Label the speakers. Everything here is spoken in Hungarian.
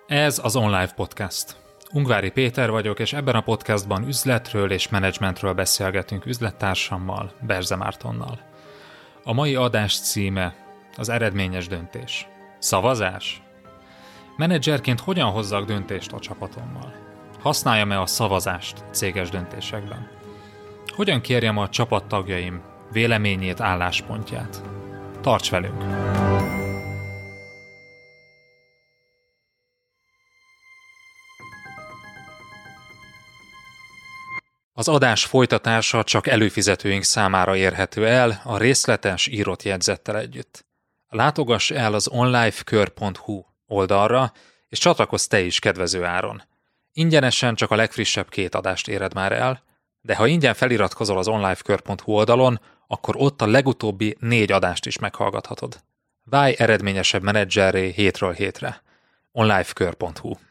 Speaker 1: Ez az OnLive Podcast. Ungvári Péter vagyok, és ebben a podcastban üzletről és menedzsmentről beszélgetünk üzlettársammal, Berze Mártonnal. A mai adás címe az eredményes döntés. Szavazás? Menedzserként hogyan hozzak döntést a csapatommal? Használjam-e a szavazást céges döntésekben? Hogyan kérjem a csapattagjaim véleményét, álláspontját? Tarts velünk! Az adás folytatása csak előfizetőink számára érhető el a részletes írott jegyzettel együtt. Látogass el az onlifekör.hu oldalra, és csatlakozz te is kedvező áron. Ingyenesen csak a legfrissebb 2 adást éred már el, de ha ingyen feliratkozol az onlifekör.hu oldalon, akkor ott a legutóbbi 4 adást is meghallgathatod. Válj eredményesebb menedzserré hétről hétre. onlifekör.hu